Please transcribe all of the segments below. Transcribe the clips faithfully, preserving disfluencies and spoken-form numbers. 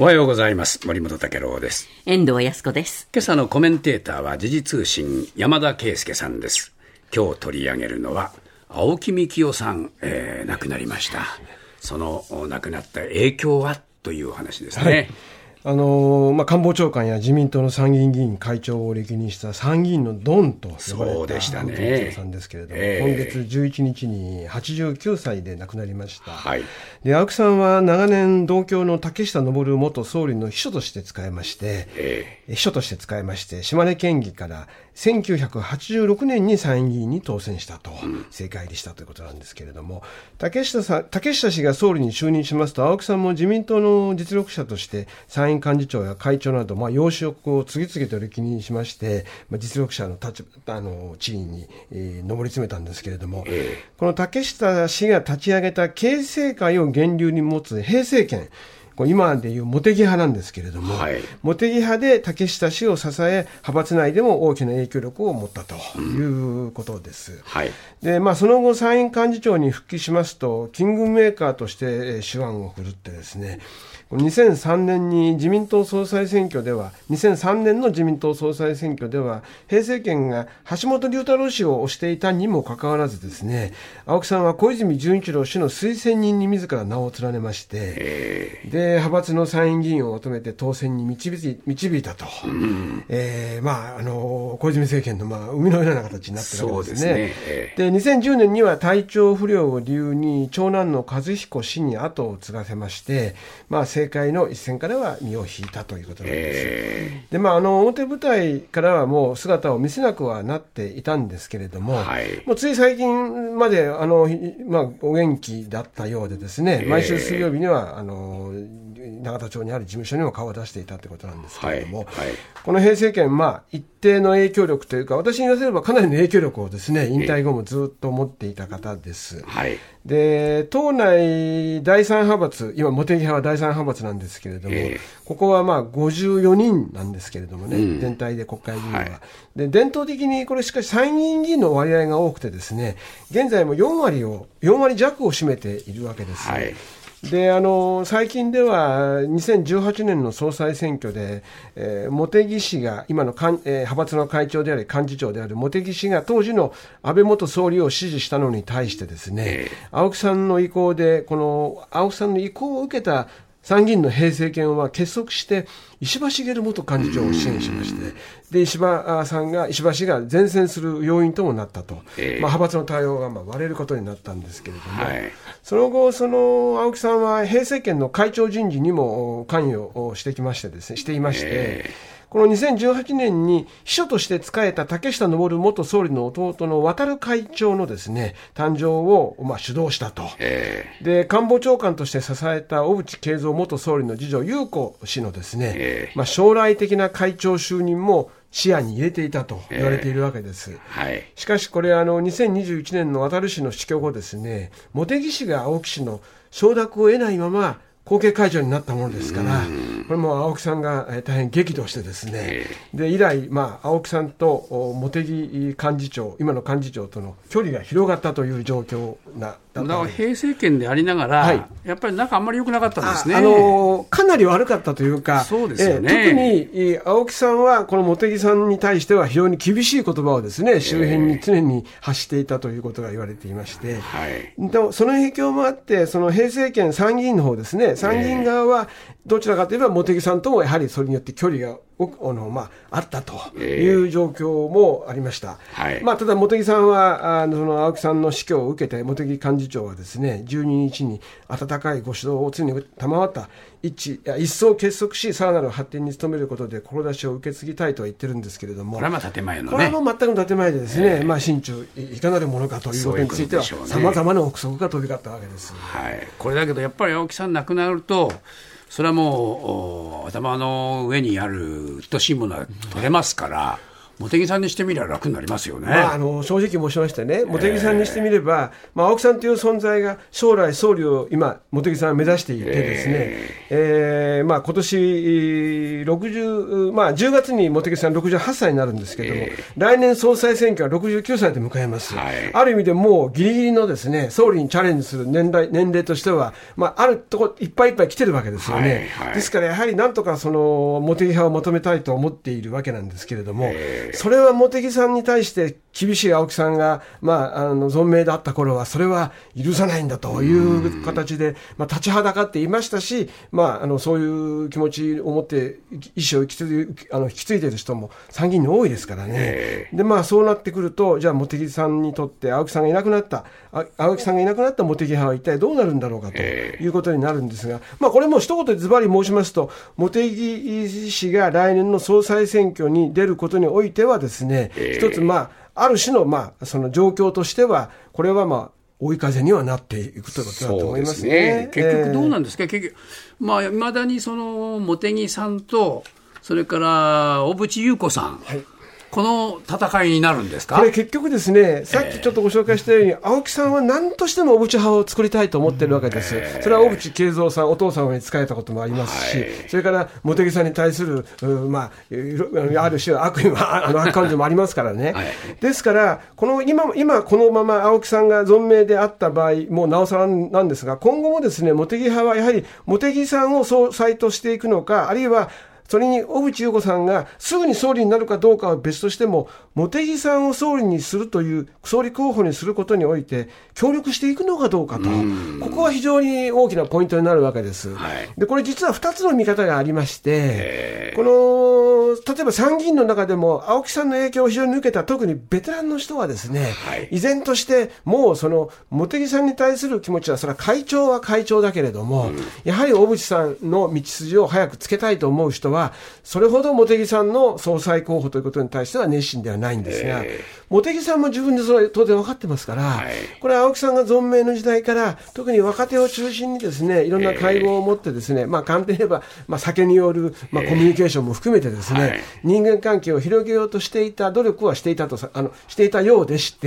おはようございます。森本武郎です。 遠藤康子です。 今朝のコメンテーターは時事通信山田圭介さんです。今日取り上げるのは青木幹雄さん、えー、亡くなりました。その亡くなった影響はというお話ですね。 はい、あのーまあ、官房長官や自民党の参議院議員会長を歴任した参議院のドンと呼ばれた青木幹雄さんですけれども、えー、今月じゅういちにちにはちじゅうきゅうさいで亡くなりました。はい、で青木さんは長年同郷の竹下登元総理の秘書として使えまして、えー、秘書として使えまして島根県議からせんきゅうひゃくはちじゅうろくねんに参院議員に当選したと、うん、政界入りしたということなんですけれども、竹下さん、竹下氏が総理に就任しますと青木さんも自民党の実力者として参院幹事長や会長など、まあ、要職を次々と歴任しまして、まあ、実力者の立あの地位に、えー、上り詰めたんですけれども、えー、この竹下氏が立ち上げた経政界を源流に持つ平成権、今でいう茂木派なんですけれども、はい、茂木派で竹下氏を支え派閥内でも大きな影響力を持ったということです、うんはいでまあ、その後参院幹事長に復帰しますとキングメーカーとして手腕を振るってですね、にせんさんねんに自民党総裁選挙ではにせんさんねんの自民党総裁選挙では平成権が橋本龍太郎氏を推していたにもかかわらずですね、青木さんは小泉純一郎氏の推薦人に自ら名を連ねまして、で派閥の参院議員をまとめて当選に導い、導いたと、うんえーまあ、あの小泉政権の、まあ、生みのような形になっているわけですね。そうですね、えー、でにせんじゅうねんには体調不良を理由に長男の和彦氏に後を継がせまして、まあ、政界の一線からは身を引いたということなんです、えーでまあ、あの表舞台からはもう姿を見せなくはなっていたんですけれども、はい、もうつい最近まであの、まあ、お元気だったようでですね、えー、毎週水曜日にはあの永田町にある事務所にも顔を出していたということなんですけれども、はいはい、この平成権、まあ、一定の影響力というか私に言わせればかなりの影響力をですね引退後もずっと持っていた方です、はい、で党内だいさん派閥、今茂木派はだいさん派閥なんですけれども、えー、ここはまあごじゅうよにんなんですけれどもね、うん、全体で国会議員は、はい、で伝統的にこれしかし参議院議員の割合が多くてですね、現在もよんわりをよんわり弱を占めているわけです、はいであの最近ではにせんじゅうはちねんの総裁選挙で、えー、茂木氏が今のかん、えー、派閥の会長であり幹事長である茂木氏が当時の安倍元総理を支持したのに対してですね、青木さんの意向でこの青木さんの意向を受けた参議院の平成権は結束して石破茂元幹事長を支援しまして、で石破さんが石破氏が善戦する要因ともなったと、えーまあ、派閥の対応がまあ割れることになったんですけれども、はい、その後その青木さんは平成権の会長人事にも関与をしてきましてですねしていまして、えーこのにせんじゅうはちねんに秘書として仕えた竹下登元総理の弟の渡会長のですね誕生をまあ主導したと、えー、で官房長官として支えた小渕恵三元総理の次女裕子氏のですね、えーまあ、将来的な会長就任も視野に入れていたと言われているわけです、えーはい、しかしこれあのにせんにじゅういちねんの渡氏の死去後ですね、茂木氏が青木氏の承諾を得ないまま後継会長になったものですから、これも青木さんが大変激怒してですね、で以来、まあ、青木さんと茂木幹事長今の幹事長との距離が広がったという状況なだから平成権でありながら、はい、やっぱり仲あんまり良くなかったんですね。 あ、あのかなり悪かったというか、 そうですよね、 え特に青木さんはこの茂木さんに対しては非常に厳しい言葉をですね周辺に常に発していたということが言われていまして、はい、でもその影響もあってその平成権参議院の方ですね、参議院側はどちらかといえば茂木さんともやはりそれによって距離があの、まあ、あったという状況もありました、えーはいまあ、ただ茂木さんはあのその青木さんの死去を受けて茂木幹事長はですねじゅうににちに温かいご指導を常に賜った一致一層結束しさらなる発展に努めることで志を受け継ぎたいとは言ってるんですけれども、 これはまあ建前のねこれはもう全く建前でですね、えーまあ、心中いかなるものかということについてはさまざまな憶測が飛び交ったわけです、 はい、これだけどやっぱり青木さん亡くなるとそれはもう頭の上にある等しいものは取れますから茂木さんにしてみれば楽になりますよね。 まあ、あの正直申しましてね、茂木さんにしてみれば、まあ、青木さんという存在が将来総理を今茂木さんは目指していてですね、えーえーまあ、今年ろくじゅう、まあ、じゅうがつに茂木さんろくじゅうはっさいになるんですけども、えー、来年総裁選挙はろくじゅうきゅうさいで迎えます、はい、ある意味でもうギリギリのですね総理にチャレンジする年代、年齢としては、まあ、あるとこいっぱいいっぱい来てるわけですよね、はいはい、ですからやはりなんとかその茂木派をまとめたいと思っているわけなんですけれども、えー、それは茂木さんに対して厳しい青木さんが、まあ、あの存命であった頃はそれは許さないんだという形で、まあ、立ちはだかっていましたし、まあ、あのそういう気持ちを持って意思を引き継い、あの引き継いでいる人も参議院に多いですからね。で、まあ、そうなってくるとじゃあ茂木さんにとって青木さんがいなくなった青木さんがいなくなった茂木派は一体どうなるんだろうかということになるんですが、まあ、これも一言でズバリ申しますと茂木氏が来年の総裁選挙に出ることにおいてはですね、一つまあある種の、まあ、その状況としてはこれはまあ追い風にはなっていくということだと思いますね。 そうですね。結局どうなんですか、えー、結局まあ、未だにその茂木さんとそれから小渕優子さん、はい、この戦いになるんですか。 これ結局ですね、さっきちょっとご紹介したように、えー、青木さんは何としても小渕派を作りたいと思ってるわけです、えー、それは小渕恵三さんお父様に仕えたこともありますし、はい、それから茂木さんに対する、まあ、ある種悪意はあの悪感情もありますからね、はい、ですからこの 今, 今このまま青木さんが存命であった場合もうなおさらなんですが、今後もですね茂木派はやはり茂木さんを総裁としていくのか、あるいはそれに小渕優子さんがすぐに総理になるかどうかは別としても、茂木さんを総理にするという総理候補にすることにおいて協力していくのかどうかと、ここは非常に大きなポイントになるわけです、はい、でこれ実はふたつの見方がありまして、この例えば参議院の中でも青木さんの影響を非常に受けた特にベテランの人はですね、はい、依然としてもうその茂木さんに対する気持ちはそれは会長は会長だけれども、うん、やはり小渕さんの道筋を早くつけたいと思う人はそれほど茂木さんの総裁候補ということに対しては熱心ではないんですが、茂木さんも自分でそれ当然分かってますから、はい、これは青木さんが存命の時代から特に若手を中心にですねいろんな会合を持ってですね、まあ、簡単に言えば、まあ、酒による、まあ、コミュニケーションも含めてですね、はい、人間関係を広げようとしていた努力はしていたとあのしていたようでして、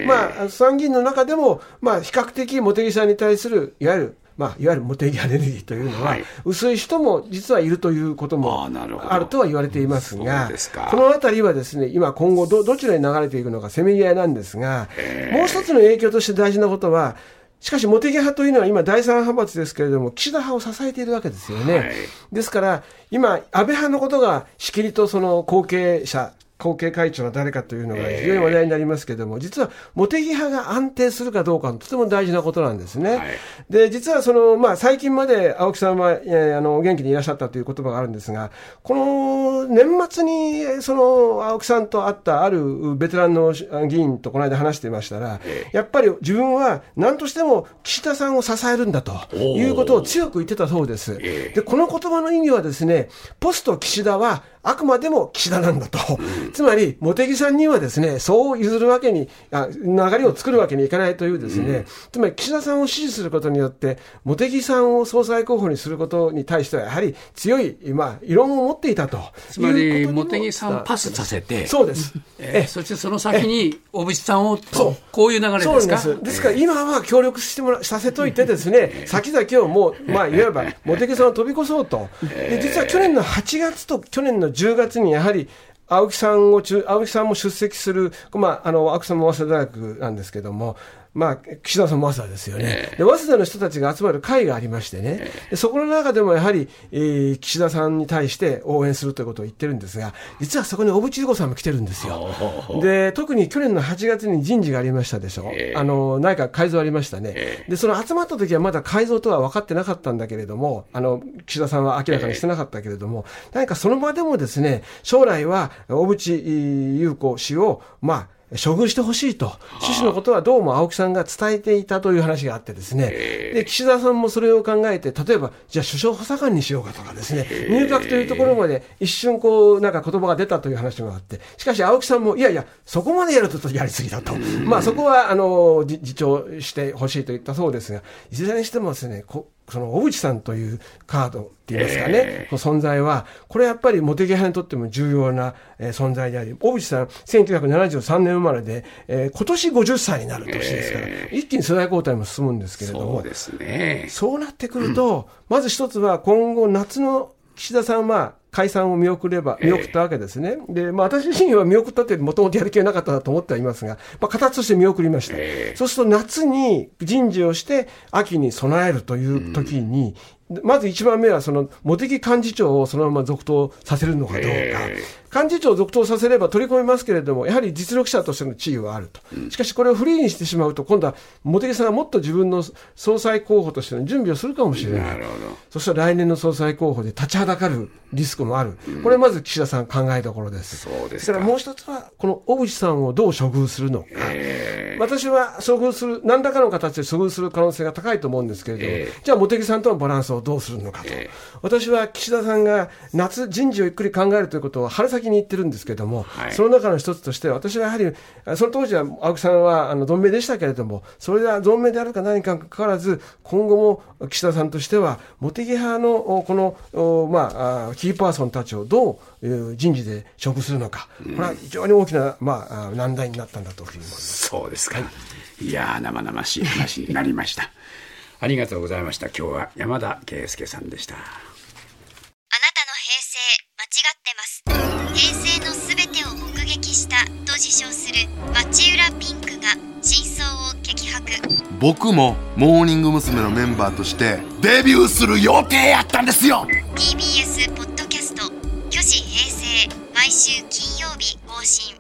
まあ、参議院の中でも、まあ、比較的茂木さんに対するいわゆるまあ、いわゆる茂木アレルギーというのは、はい、薄い人も実はいるということもあるとは言われていますが、このあたりはですね今今後 ど, どちらに流れていくのかせめぎ合いなんですが、もう一つの影響として大事なことは、しかし茂木派というのは今第三派閥ですけれども岸田派を支えているわけですよね、はい、ですから今安倍派のことがしきりとその後継者後継会長は誰かというのが非常に話題になりますけれども、実は茂木派が安定するかどうかはとても大事なことなんですね、はい、で実はその、まあ、最近まで青木さんは、えー、あの元気にいらっしゃったという言葉があるんですが、この年末にその青木さんと会ったあるベテランの議員とこの間話していましたら、やっぱり自分は何としても岸田さんを支えるんだということを強く言ってたそうです。でこの言葉の意味はですね、ポスト岸田はあくまでも岸田なんだと、うん、つまり茂木さんにはですねそう譲るわけにあ流れを作るわけにいかないというですね、うん、つまり岸田さんを支持することによって茂木さんを総裁候補にすることに対してはやはり強い、まあ、異論を持っていたと。 つまり茂木さんをパスさせて、 そうです、 えー、そしてその先に小渕さんをと、こういう流れですか。 そうです。ですから今は協力してもらさせといてですね先々をもう、まあ、いわば茂木さんを飛び越そうと。で実は去年のはちがつと去年のじゅうがつにやはり青木さんを青木さんも出席する、まあ、あの青木さんも早稲田大学なんですけども、まあ、岸田さんも早稲田ですよね、で早稲田の人たちが集まる会がありましてね、でそこの中でもやはり、えー、岸田さんに対して応援するということを言ってるんですが、実はそこに小渕優子さんも来てるんですよ。で特に去年のはちがつに人事がありましたでしょ、えー、あの内閣改造ありましたね、えー、でその集まった時はまだ改造とは分かってなかったんだけれども、あの岸田さんは明らかにしてなかったけれども、えー、何かその場でもですね将来は小渕優子氏をまあ処遇してほしいと趣旨のことはどうも青木さんが伝えていたという話があってですね、で岸田さんもそれを考えて、例えばじゃあ首相補佐官にしようかとかですね、入閣というところまで一瞬こうなんか言葉が出たという話があって、しかし青木さんもいやいやそこまでやるとやりすぎだと、まあそこはあの自重してほしいと言ったそうですが、いずれにしてもですねこその小渕さんというカードって言いますかね、えー、存在はこれやっぱり茂木派にとっても重要な、えー、存在であり、小渕さんせんきゅうひゃくななじゅうさんねん生まれで、えー、今年ごじゅっさいになる年ですから、えー、一気に世代交代も進むんですけれども、 そうですね、 そうなってくると、うん、まず一つは今後夏の岸田さんは解散を見送れば、見送ったわけですね。えー、で、まあ私自身は見送ったってもともとやる気はなかったと思ってはいますが、まあ形として見送りました。えー、そうすると夏に人事をして秋に備えるという時に、うん、まず一番目はその茂木幹事長をそのまま続投させるのかどうか。えー幹事長を続投させれば取り込みますけれども、やはり実力者としての地位はあると。しかしこれをフリーにしてしまうと、今度は茂木さんはもっと自分の総裁候補としての準備をするかもしれない。なるほど。そしたら来年の総裁候補で立ちはだかるリスクもある。これまず岸田さん考えどころです。 そうですか。 だからもう一つは、この小渕さんをどう処遇するのか。えー、私は処遇する、何らかの形で処遇する可能性が高いと思うんですけれども、えー、じゃあ茂木さんとのバランスをどうするのかと。えー、私は岸田さんが夏人事をゆっくり考えるということを春先に言ってるんですけれども、はい、その中の一つとして私はやはりその当時は青木さんはあの存命でしたけれども、それが存命であるか何かにかかわらず今後も岸田さんとしては茂木派のこの、まあ、キーパーソンたちをどう人事で処遇するのか、これは非常に大きな、まあ、難題になったんだというふうに思います。 そうですか、はい、いや生々しい話になりましたありがとうございました。今日は山田圭介さんでした。 平成のすべてを目撃したと自称する町浦ピンクが真相を激白。 僕もモーニング娘。のメンバーとしてデビューする予定やったんですよ。 ティービーエス ポッドキャスト「巨子平成」毎週金曜日更新。